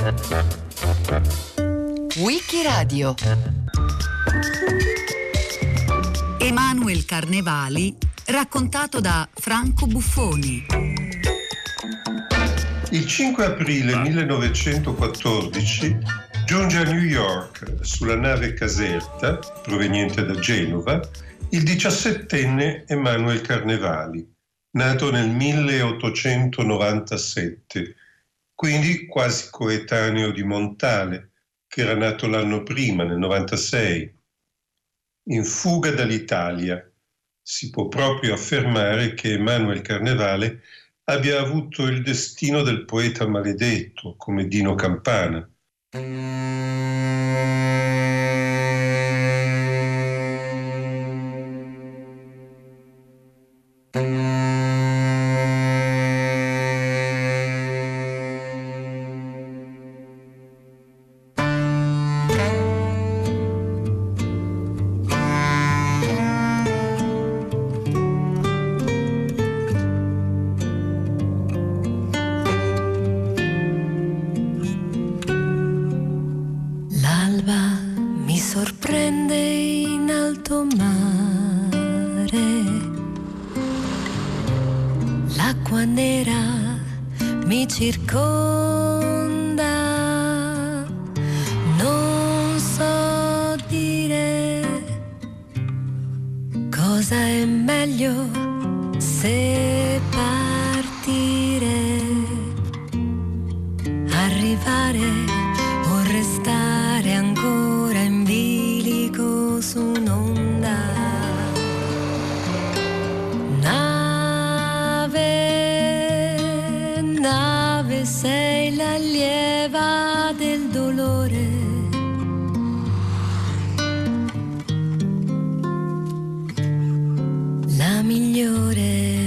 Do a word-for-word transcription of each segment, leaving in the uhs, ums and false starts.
Wikiradio. Emanuel Carnevali, raccontato da Franco Buffoni. Il cinque aprile millenovecentoquattordici giunge a New York sulla nave Caserta, proveniente da Genova, il diciassettenne Emanuel Carnevali, nato nel milleottocentonovantasette, quindi quasi coetaneo di Montale, che era nato l'anno prima, nel novantasei. In fuga dall'Italia, si può proprio affermare che Emanuel Carnevale abbia avuto il destino del poeta maledetto, come Dino Campana. Circonda, non so dire cosa è meglio, se partire, arrivare o restare ancora in bilico su un'onda. Sei l'allieva del dolore. La migliore.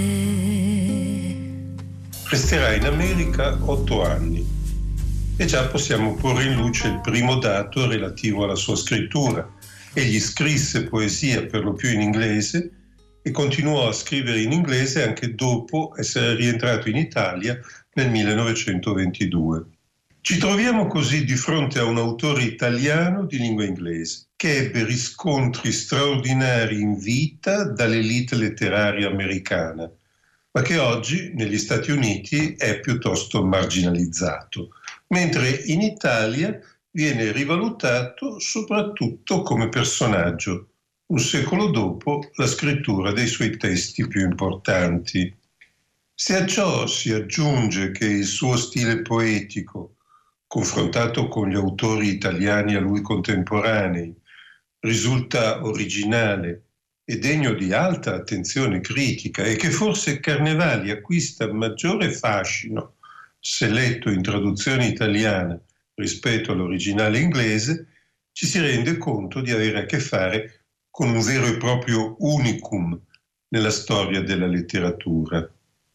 Resterà in America otto anni e già possiamo porre in luce il primo dato relativo alla sua scrittura. Egli scrisse poesia per lo più in inglese e continuò a scrivere in inglese anche dopo essere rientrato in Italia nel millenovecentoventidue. Ci troviamo così di fronte a un autore italiano di lingua inglese che ebbe riscontri straordinari in vita dall'elite letteraria americana, ma che oggi negli Stati Uniti è piuttosto marginalizzato, mentre in Italia viene rivalutato soprattutto come personaggio, un secolo dopo la scrittura dei suoi testi più importanti. Se a ciò si aggiunge che il suo stile poetico, confrontato con gli autori italiani a lui contemporanei, risulta originale e degno di alta attenzione critica e che forse Carnevali acquista maggiore fascino se letto in traduzione italiana rispetto all'originale inglese, ci si rende conto di avere a che fare con un vero e proprio unicum nella storia della letteratura.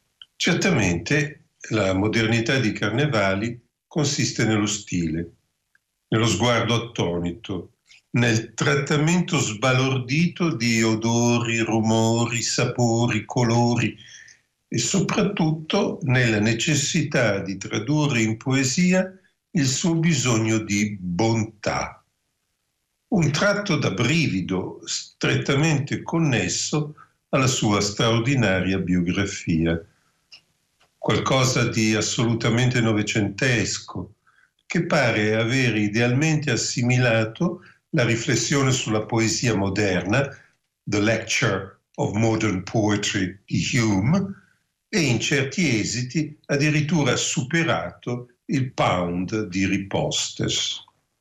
Certamente la modernità di Carnevali consiste nello stile, nello sguardo attonito, nel trattamento sbalordito di odori, rumori, sapori, colori e soprattutto nella necessità di tradurre in poesia il suo bisogno di bontà, un tratto da brivido strettamente connesso alla sua straordinaria biografia. Qualcosa di assolutamente novecentesco, che pare avere idealmente assimilato la riflessione sulla poesia moderna, The Lecture of Modern Poetry di Hume, e in certi esiti addirittura superato il Pound di Ripostes.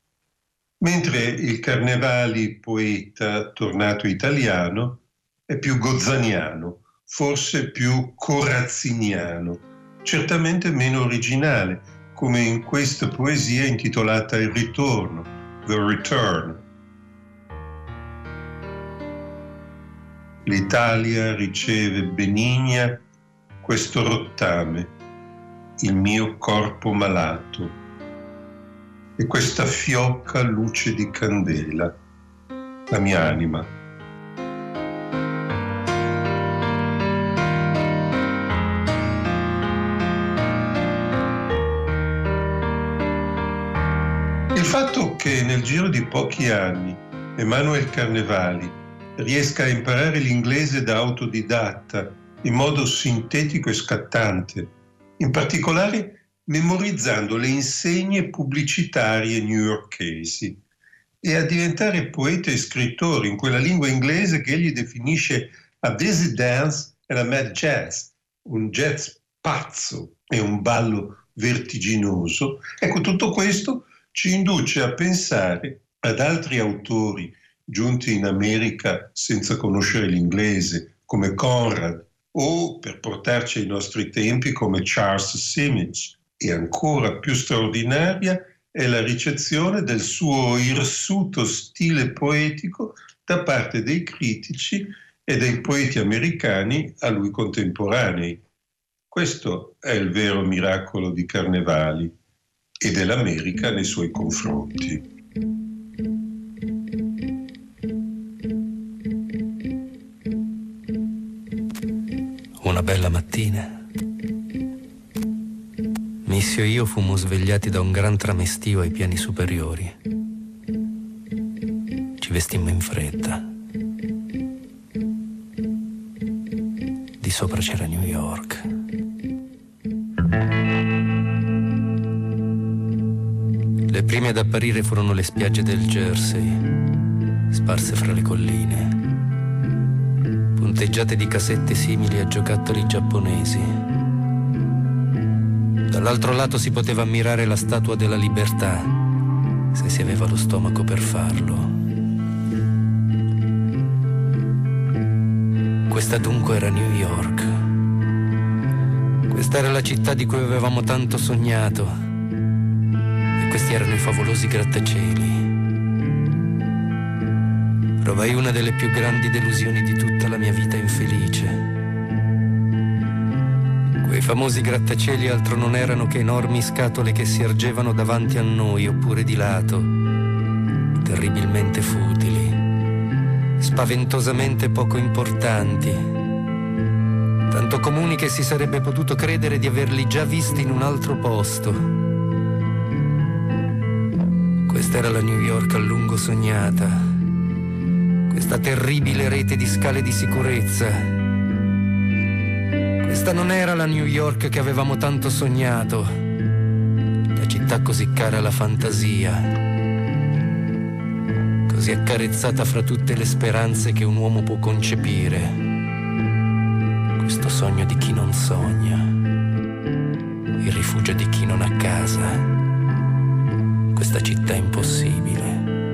Mentre il Carnevali poeta tornato italiano è più gozzaniano, forse più corazziniano, certamente meno originale, come in questa poesia intitolata Il ritorno, The Return. L'Italia riceve benigna questo rottame, il mio corpo malato, e questa fiocca luce di candela, la mia anima. Il fatto che nel giro di pochi anni Emanuel Carnevali riesca a imparare l'inglese da autodidatta in modo sintetico e scattante, in particolare memorizzando le insegne pubblicitarie newyorkesi, e a diventare poeta e scrittore in quella lingua inglese che egli definisce a dizzy dance e a mad jazz, un jazz pazzo e un ballo vertiginoso. Ecco, tutto questo ci induce a pensare ad altri autori giunti in America senza conoscere l'inglese, come Conrad, o, per portarci ai nostri tempi, come Charles Simic. E ancora più straordinaria è la ricezione del suo irsuto stile poetico da parte dei critici e dei poeti americani a lui contemporanei. Questo è il vero miracolo di Carnevali e dell'America nei suoi confronti. Una bella mattina, Missio e io fummo svegliati da un gran tramestio ai piani superiori. Ci vestimmo in fretta. Di sopra c'era New York. Le prime ad apparire furono le spiagge del Jersey, sparse fra le colline, punteggiate di casette simili a giocattoli giapponesi. Dall'altro lato si poteva ammirare la Statua della Libertà, se si aveva lo stomaco per farlo. Questa dunque era New York. Questa era la città di cui avevamo tanto sognato. E questi erano i favolosi grattacieli. Provai una delle più grandi delusioni di tutta la mia vita infelice. Quei famosi grattacieli altro non erano che enormi scatole che si ergevano davanti a noi oppure di lato, terribilmente futili, spaventosamente poco importanti, tanto comuni che si sarebbe potuto credere di averli già visti in un altro posto. Questa era la New York a lungo sognata, questa terribile rete di scale di sicurezza. Questa non era la New York che avevamo tanto sognato, la città così cara alla fantasia, così accarezzata fra tutte le speranze che un uomo può concepire. Questo sogno di chi non sogna, il rifugio di chi non ha casa, questa città impossibile.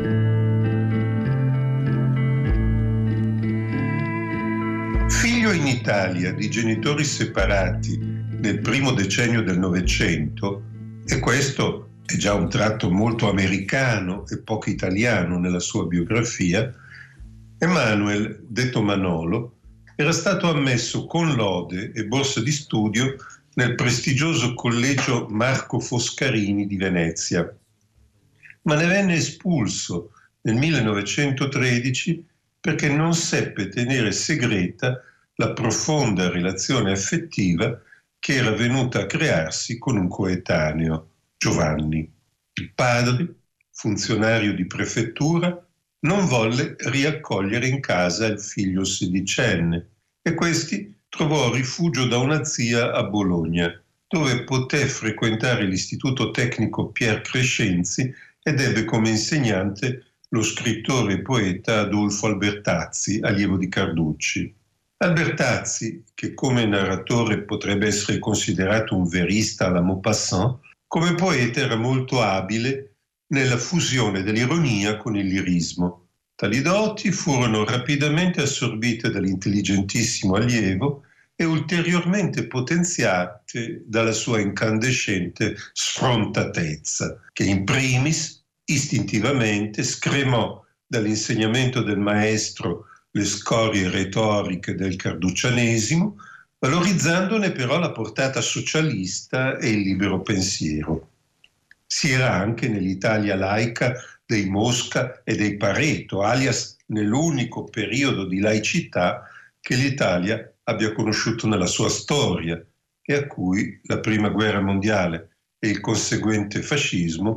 Figlio in Italia di genitori separati nel primo decennio del Novecento, e questo è già un tratto molto americano e poco italiano nella sua biografia, Emanuel, detto Manolo, era stato ammesso con lode e borsa di studio nel prestigioso collegio Marco Foscarini di Venezia, ma ne venne espulso nel millenovecentotredici perché non seppe tenere segreta la profonda relazione affettiva che era venuta a crearsi con un coetaneo, Giovanni. Il padre, funzionario di prefettura, non volle riaccogliere in casa il figlio sedicenne e questi trovò rifugio da una zia a Bologna, dove poté frequentare l'istituto tecnico Pier Crescenzi ed ebbe come insegnante lo scrittore e poeta Adolfo Albertazzi, allievo di Carducci. Albertazzi, che come narratore potrebbe essere considerato un verista alla Maupassant, come poeta era molto abile nella fusione dell'ironia con il lirismo. Tali doti furono rapidamente assorbite dall'intelligentissimo allievo e ulteriormente potenziate dalla sua incandescente sfrontatezza, che in primis istintivamente scremò dall'insegnamento del maestro le scorie retoriche del carduccianesimo, valorizzandone però la portata socialista e il libero pensiero. Si era anche nell'Italia laica dei Mosca e dei Pareto, alias nell'unico periodo di laicità che l'Italia abbia conosciuto nella sua storia e a cui la Prima Guerra Mondiale e il conseguente fascismo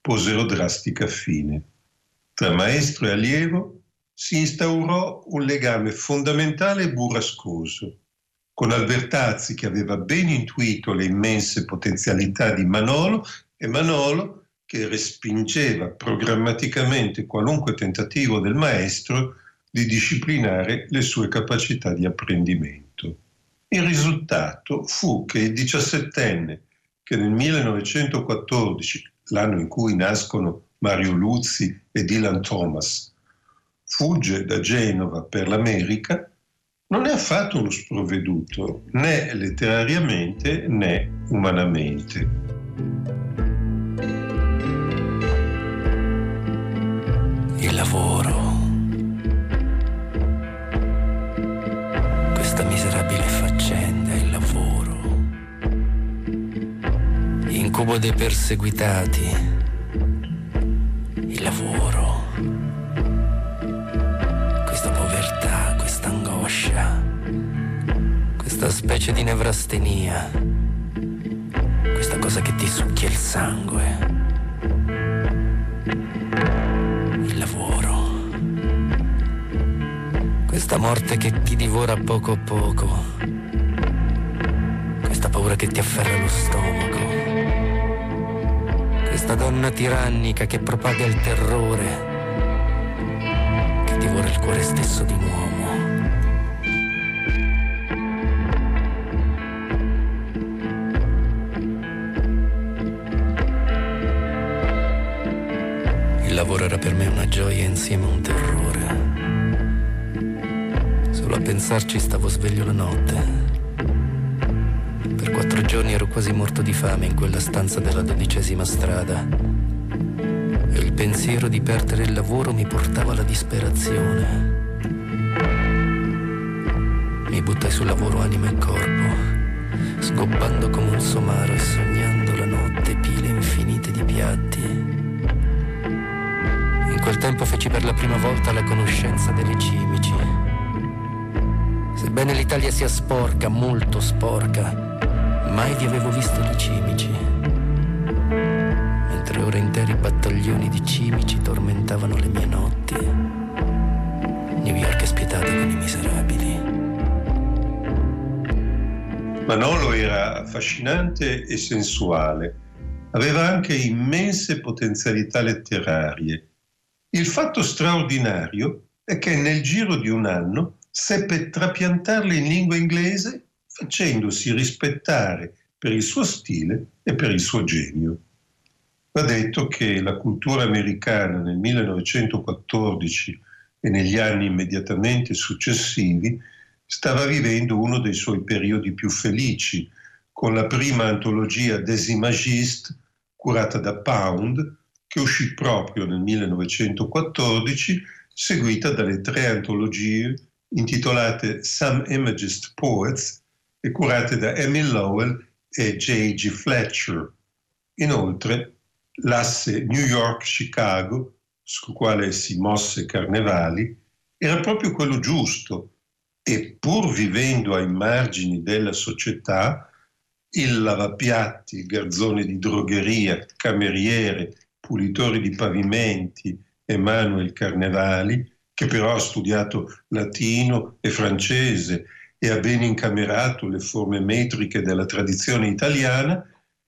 posero drastica fine. Tra maestro e allievo si instaurò un legame fondamentale e burrascoso, con Albertazzi che aveva ben intuito le immense potenzialità di Manolo e Manolo che respingeva programmaticamente qualunque tentativo del maestro di disciplinare le sue capacità di apprendimento. Il risultato fu che il diciassettenne, che nel millenovecentoquattordici, l'anno in cui nascono Mario Luzzi e Dylan Thomas, fugge da Genova per l'America, non è affatto uno sprovveduto, né letterariamente né umanamente. Il lavoro, questa miserabile faccenda, il lavoro, incubo dei perseguitati, il lavoro, questa povertà, questa angoscia, questa specie di nevrastenia, questa cosa che ti succhia il sangue. Il lavoro, questa morte che ti divora poco a poco, questa paura che ti afferra lo stomaco, questa donna tirannica che propaga il terrore, che divora il cuore stesso di un uomo. Il lavoro era per me una gioia insieme a un terrore. Solo a pensarci stavo sveglio la notte. Per quattro giorni ero quasi morto di fame in quella stanza della dodicesima strada. E il pensiero di perdere il lavoro mi portava alla disperazione. Mi buttai sul lavoro anima e corpo, sgobbando come un somaro e sognando la notte pile infinite di piatti. In quel tempo feci per la prima volta la conoscenza delle cimici. Sebbene l'Italia sia sporca, molto sporca, mai vi avevo visto le cimici. Mentre ora interi battaglioni di cimici tormentavano le mie notti. New York è spietata con i miserabili. Manolo era affascinante e sensuale. Aveva anche immense potenzialità letterarie. Il fatto straordinario è che nel giro di un anno seppe trapiantarle in lingua inglese, facendosi rispettare per il suo stile e per il suo genio. Va detto che la cultura americana nel millenovecentoquattordici e negli anni immediatamente successivi stava vivendo uno dei suoi periodi più felici, con la prima antologia Des Imagistes, curata da Pound, che uscì proprio nel millenovecentoquattordici, seguita dalle tre antologie intitolate Some Imagist Poets e curate da Emil Lowell e J G Fletcher. Inoltre, l'asse New York-Chicago, sul quale si mosse Carnevali, era proprio quello giusto e, pur vivendo ai margini della società, il lavapiatti, il garzone di drogheria, cameriere, pulitori di pavimenti, Emanuel Carnevali, che però ha studiato latino e francese e ha ben incamerato le forme metriche della tradizione italiana,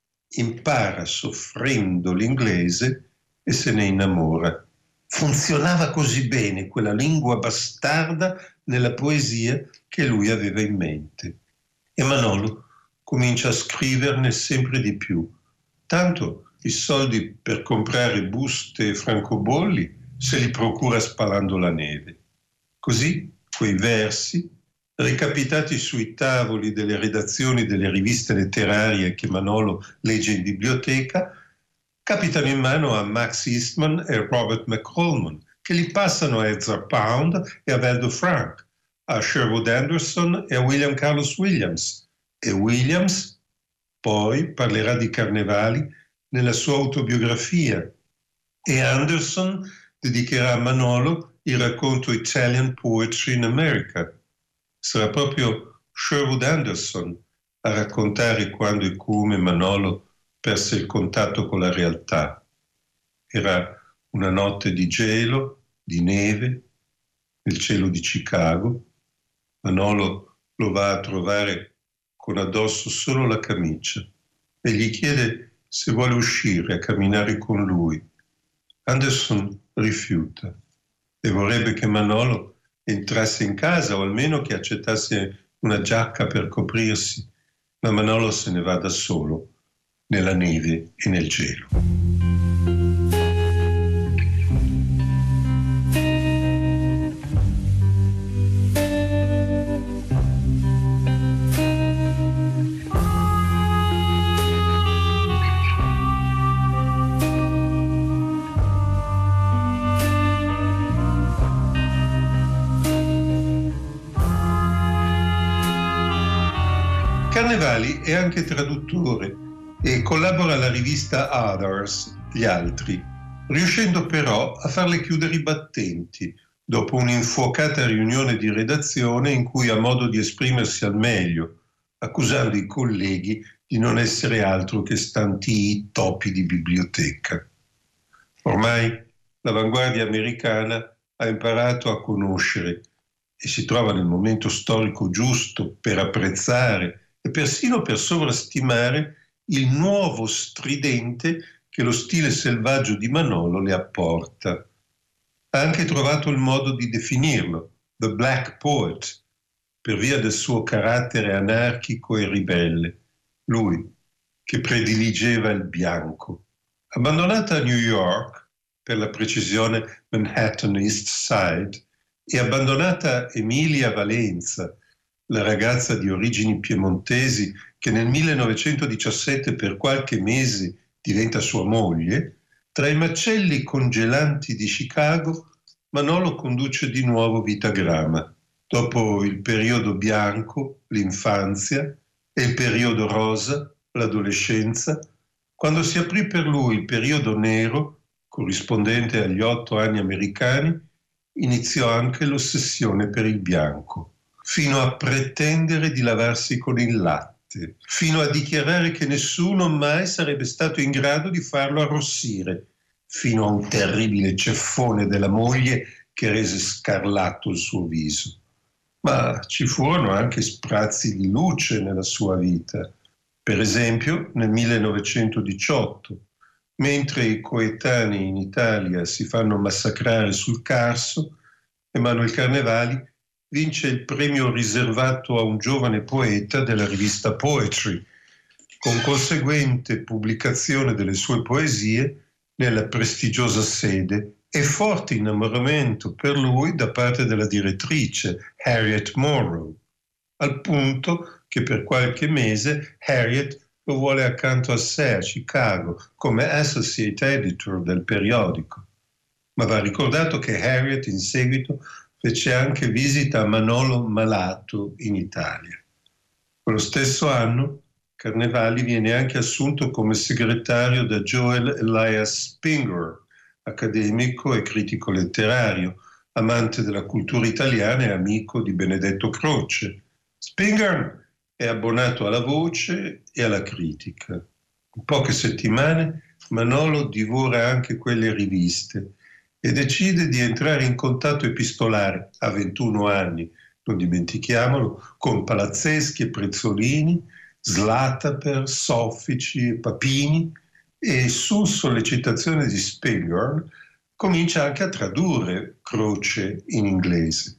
impara soffrendo l'inglese e se ne innamora. Funzionava così bene quella lingua bastarda nella poesia che lui aveva in mente. E Manolo comincia a scriverne sempre di più, tanto i soldi per comprare buste e francobolli se li procura spalando la neve. Così quei versi, recapitati sui tavoli delle redazioni delle riviste letterarie che Manolo legge in biblioteca, capitano in mano a Max Eastman e Robert McColman, che li passano a Ezra Pound e a Valdo Frank, a Sherwood Anderson e a William Carlos Williams. E Williams poi parlerà di Carnevali nella sua autobiografia e Anderson dedicherà a Manolo il racconto Italian Poetry in America. Sarà proprio Sherwood Anderson a raccontare quando e come Manolo perse il contatto con la realtà. Era una notte di gelo, di neve, nel cielo di Chicago. Manolo lo va a trovare con addosso solo la camicia e gli chiede se vuole uscire a camminare con lui. Anderson rifiuta e vorrebbe che Manolo entrasse in casa o almeno che accettasse una giacca per coprirsi, ma Manolo se ne va da solo nella neve e nel gelo. Carnevali è anche traduttore e collabora alla rivista Others, Gli Altri, riuscendo però a farle chiudere i battenti dopo un'infuocata riunione di redazione in cui ha modo di esprimersi al meglio, accusando i colleghi di non essere altro che stantii topi di biblioteca. Ormai l'avanguardia americana ha imparato a conoscere e si trova nel momento storico giusto per apprezzare e persino per sovrastimare il nuovo stridente che lo stile selvaggio di Manolo le apporta. Ha anche trovato il modo di definirlo, the black poet, per via del suo carattere anarchico e ribelle. Lui, che prediligeva il bianco. Abbandonata New York, per la precisione Manhattan East Side, e abbandonata Emilia Valenza, la ragazza di origini piemontesi che nel millenovecentodiciassette per qualche mese diventa sua moglie, tra i macelli congelanti di Chicago, Manolo conduce di nuovo Vitagrama, dopo il periodo bianco, l'infanzia, e il periodo rosa, l'adolescenza, quando si aprì per lui il periodo nero, corrispondente agli otto anni americani, iniziò anche l'ossessione per il bianco, fino a pretendere di lavarsi con il latte, fino a dichiarare che nessuno mai sarebbe stato in grado di farlo arrossire, fino a un terribile ceffone della moglie che rese scarlatto il suo viso. Ma ci furono anche sprazzi di luce nella sua vita. Per esempio, nel millenovecentodiciotto, mentre i coetanei in Italia si fanno massacrare sul Carso, Emanuel Carnevali vince il premio riservato a un giovane poeta della rivista Poetry, con conseguente pubblicazione delle sue poesie nella prestigiosa sede e forte innamoramento per lui da parte della direttrice Harriet Monroe, al punto che per qualche mese Harriet lo vuole accanto a sé a Chicago come associate editor del periodico. Ma va ricordato che Harriet in seguito fece anche visita a Manolo malato in Italia. Quello stesso anno Carnevali viene anche assunto come segretario da Joel Elias Spingarn, accademico e critico letterario, amante della cultura italiana e amico di Benedetto Croce. Spingarn è abbonato alla Voce e alla Critica. In poche settimane Manolo divora anche quelle riviste e decide di entrare in contatto epistolare a ventuno anni, non dimentichiamolo, con Palazzeschi e Prezzolini, Slataper, Soffici e Papini, e su sollecitazione di Spingarn comincia anche a tradurre Croce in inglese.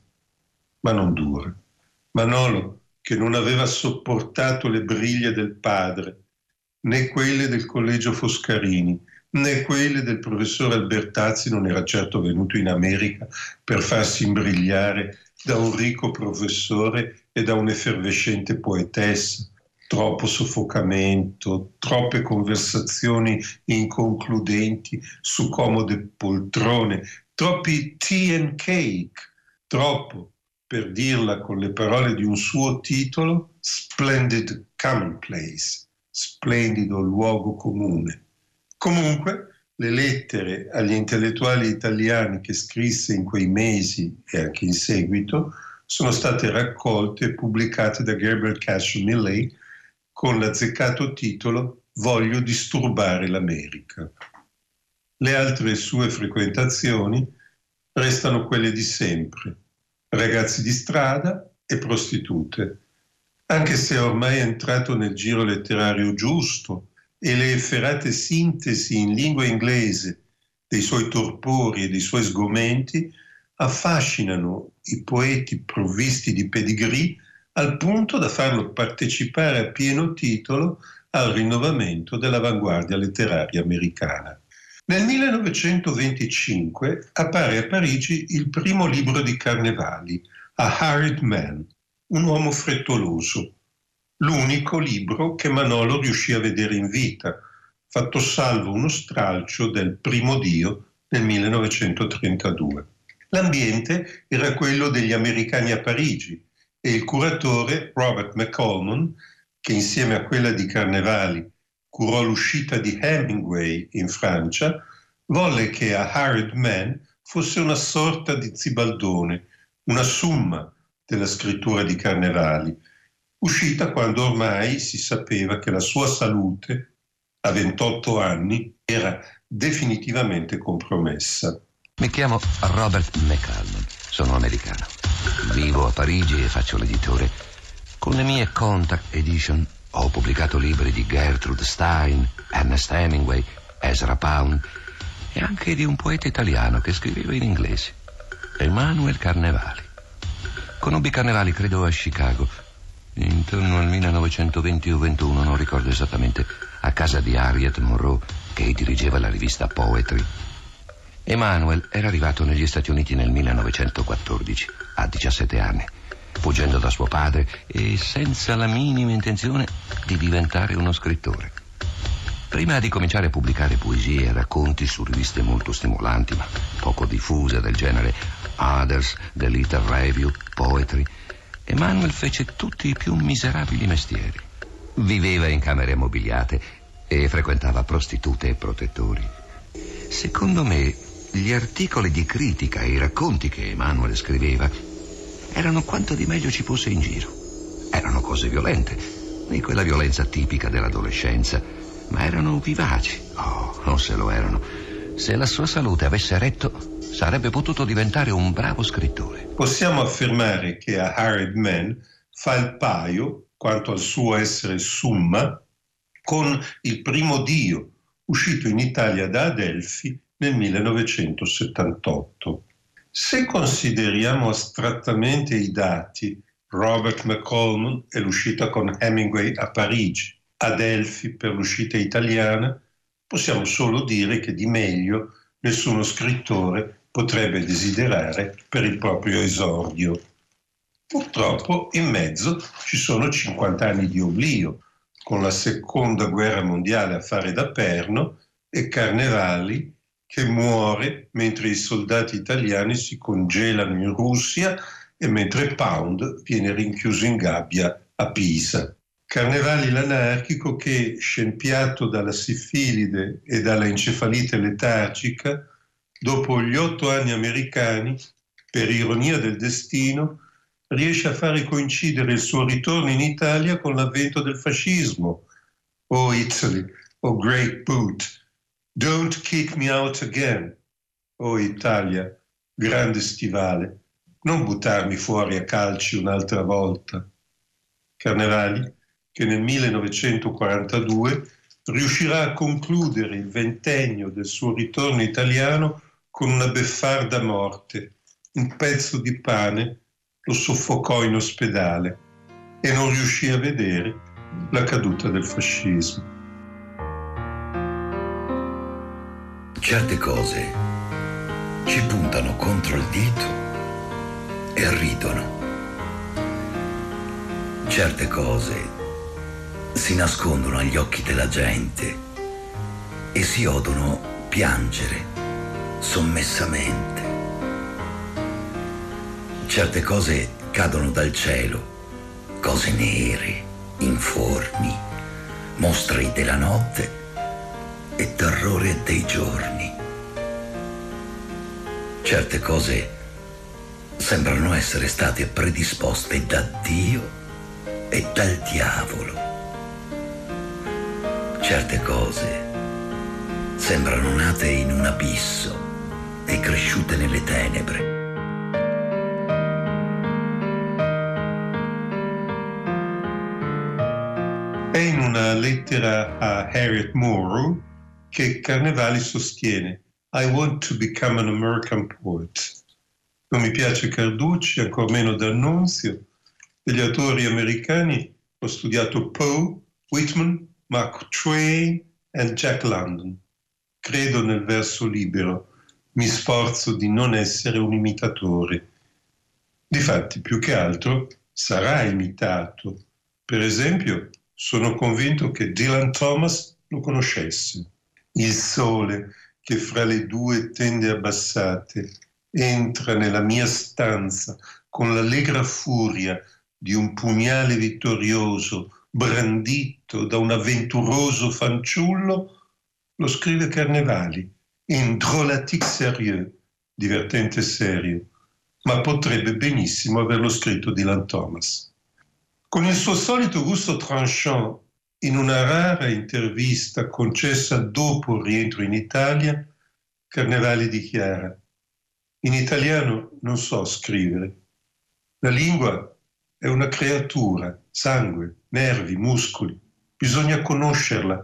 Ma non dura. Manolo, che non aveva sopportato le briglie del padre, né quelle del collegio Foscarini, né quelle del professor Albertazzi, non era certo venuto in America per farsi imbrigliare da un ricco professore e da un'effervescente poetessa. Troppo soffocamento, troppe conversazioni inconcludenti su comode poltrone, troppi tea and cake, troppo, per dirla con le parole di un suo titolo, splendid commonplace, splendido luogo comune. Comunque, le lettere agli intellettuali italiani che scrisse in quei mesi e anche in seguito sono state raccolte e pubblicate da Gabriel Cashew Millay con l'azzeccato titolo Voglio disturbare l'America. Le altre sue frequentazioni restano quelle di sempre: ragazzi di strada e prostitute. Anche se ormai è entrato nel giro letterario giusto e le efferate sintesi in lingua inglese dei suoi torpori e dei suoi sgomenti affascinano i poeti provvisti di pedigree al punto da farlo partecipare a pieno titolo al rinnovamento dell'avanguardia letteraria americana. Nel millenovecentoventicinque appare a Parigi il primo libro di Carnevali, A Hurried Man, un uomo frettoloso, l'unico libro che Manolo riuscì a vedere in vita, fatto salvo uno stralcio del Primo Dio nel millenovecentotrentadue. L'ambiente era quello degli americani a Parigi e il curatore Robert McColman, che insieme a quella di Carnevali curò l'uscita di Hemingway in Francia, volle che A Hurried Man fosse una sorta di zibaldone, una summa della scrittura di Carnevali, uscita quando ormai si sapeva che la sua salute, a ventotto anni, era definitivamente compromessa. Mi chiamo Robert McCallum, sono americano. Vivo a Parigi e faccio l'editore. Con le mie Contact Edition ho pubblicato libri di Gertrude Stein, Ernest Hemingway, Ezra Pound e anche di un poeta italiano che scriveva in inglese, Emanuel Carnevali. Conobbi Carnevali credo a Chicago, intorno al millenovecentoventi o ventuno, non ricordo esattamente, a casa di Harriet Monroe, che dirigeva la rivista Poetry. Emanuel era arrivato negli Stati Uniti nel millenovecentoquattordici, a diciassette anni, fuggendo da suo padre e senza la minima intenzione di diventare uno scrittore. Prima di cominciare a pubblicare poesie e racconti su riviste molto stimolanti ma poco diffuse del genere Others, The Little Review, Poetry, Emanuel fece tutti i più miserabili mestieri. Viveva in camere mobiliate e frequentava prostitute e protettori. Secondo me, gli articoli di critica e i racconti che Emanuel scriveva erano quanto di meglio ci fosse in giro. Erano cose violente, di quella violenza tipica dell'adolescenza, ma erano vivaci. Oh, non se lo erano. Se la sua salute avesse retto, sarebbe potuto diventare un bravo scrittore. Possiamo affermare che A Hurried Man fa il paio, quanto al suo essere summa, con Il Primo Dio, uscito in Italia da Adelphi nel millenovecentosettantotto. Se consideriamo astrattamente i dati, Robert McColman e l'uscita con Hemingway a Parigi, Adelphi per l'uscita italiana, possiamo solo dire che di meglio nessuno scrittore potrebbe desiderare per il proprio esordio. Purtroppo in mezzo ci sono cinquanta anni di oblio, con la seconda guerra mondiale a fare da perno e Carnevali che muore mentre i soldati italiani si congelano in Russia e mentre Pound viene rinchiuso in gabbia a Pisa. Carnevali l'anarchico che, scempiato dalla sifilide e dalla encefalite letargica, dopo gli otto anni americani, per ironia del destino, riesce a fare coincidere il suo ritorno in Italia con l'avvento del fascismo. Oh Italy, oh great boot, don't kick me out again. Oh Italia, grande stivale, non buttarmi fuori a calci un'altra volta. Carnevali, che nel millenovecentoquarantadue riuscirà a concludere il ventennio del suo ritorno italiano con una beffarda morte. Un pezzo di pane lo soffocò in ospedale e non riuscì a vedere la caduta del fascismo. Certe cose ci puntano contro il dito e ridono. Certe cose si nascondono agli occhi della gente e si odono piangere sommessamente. Certe cose cadono dal cielo, cose nere, informi, mostri della notte e terrore dei giorni. Certe cose sembrano essere state predisposte da Dio e dal diavolo. Certe cose sembrano nate in un abisso e cresciute nelle tenebre. È in una lettera a Harriet Moore che Carnevali sostiene I want to become an American poet. Non mi piace Carducci, ancor meno D'Annunzio. Degli autori americani ho studiato Poe, Whitman, Mark Twain e Jack London. Credo nel verso libero, mi sforzo di non essere un imitatore. Difatti, più che altro, sarà imitato. Per esempio, sono convinto che Dylan Thomas lo conoscesse. Il sole che fra le due tende abbassate entra nella mia stanza con l'allegra furia di un pugnale vittorioso brandito da un avventuroso fanciullo, lo scrive Carnevali in drôlatique sérieux, divertente serio, ma potrebbe benissimo averlo scritto Dylan Thomas. Con il suo solito gusto tranchant, in una rara intervista concessa dopo il rientro in Italia, Carnevali dichiara: in italiano non so scrivere. La lingua è una creatura, sangue, nervi, muscoli. Bisogna conoscerla.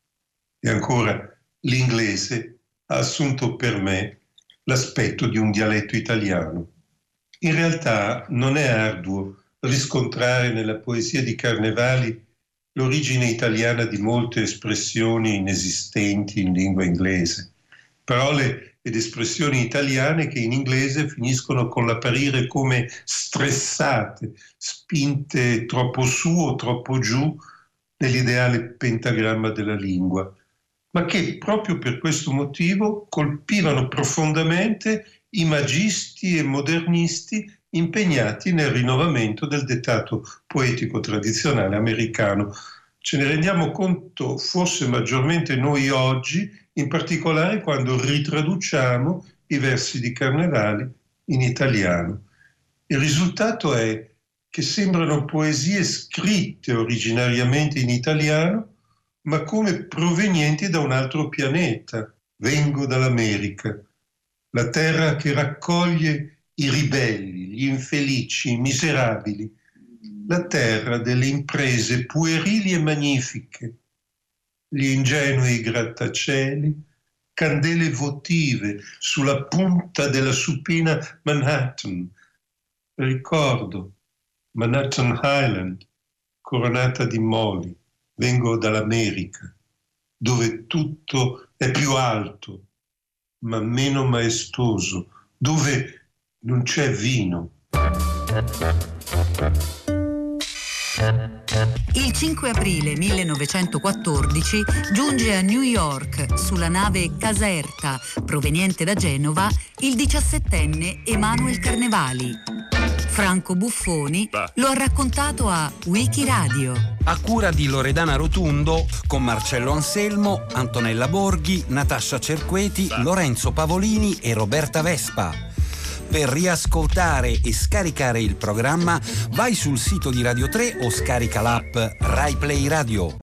E ancora, l'inglese ha assunto per me l'aspetto di un dialetto italiano. In realtà non è arduo riscontrare nella poesia di Carnevali l'origine italiana di molte espressioni inesistenti in lingua inglese. Parole ed espressioni italiane che in inglese finiscono con l'apparire come stressate, spinte troppo su o troppo giù nell'ideale pentagramma della lingua, ma che proprio per questo motivo colpivano profondamente i magisti e modernisti impegnati nel rinnovamento del dettato poetico tradizionale americano. Ce ne rendiamo conto forse maggiormente noi oggi, in particolare quando ritraduciamo i versi di Carnevali in italiano. Il risultato è che sembrano poesie scritte originariamente in italiano, ma come provenienti da un altro pianeta. Vengo dall'America, la terra che raccoglie i ribelli, gli infelici, i miserabili, la terra delle imprese puerili e magnifiche, gli ingenui grattacieli, candele votive sulla punta della supina Manhattan. Ricordo Manhattan Island, coronata di moli. Vengo dall'America, dove tutto è più alto, ma meno maestoso, dove non c'è vino. Il cinque aprile millenovecentoquattordici giunge a New York sulla nave Caserta, proveniente da Genova, il diciassettenne Emanuel Carnevali. Franco Buffoni lo ha raccontato a Wikiradio. A cura di Loredana Rotundo, con Marcello Anselmo, Antonella Borghi, Natascia Cerqueti, Lorenzo Pavolini e Roberta Vespa. Per riascoltare e scaricare il programma vai sul sito di Radio tre o scarica l'app Rai Play Radio.